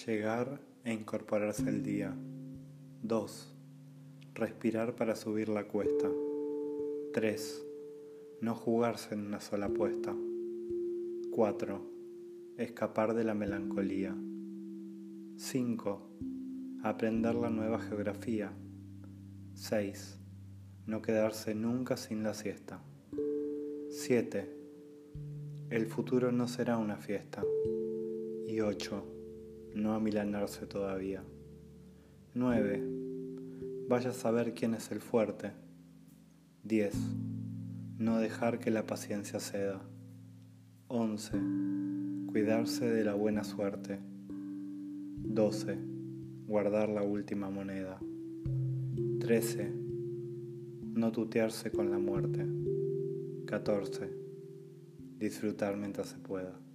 Llegar e incorporarse al día. 2. Respirar para subir la cuesta. 3. No jugarse en una sola apuesta. 4. Escapar de la melancolía. 5. Aprender la nueva geografía. 6. No quedarse nunca sin la siesta. 7. El futuro no será una fiesta. Y 8. No amilanarse todavía. 9. Vaya a saber quién es el fuerte. 10. No dejar que la paciencia ceda. 11. Cuidarse de la buena suerte. 12. Guardar la última moneda. 13. No tutearse con la muerte. 14. Disfrutar mientras se pueda.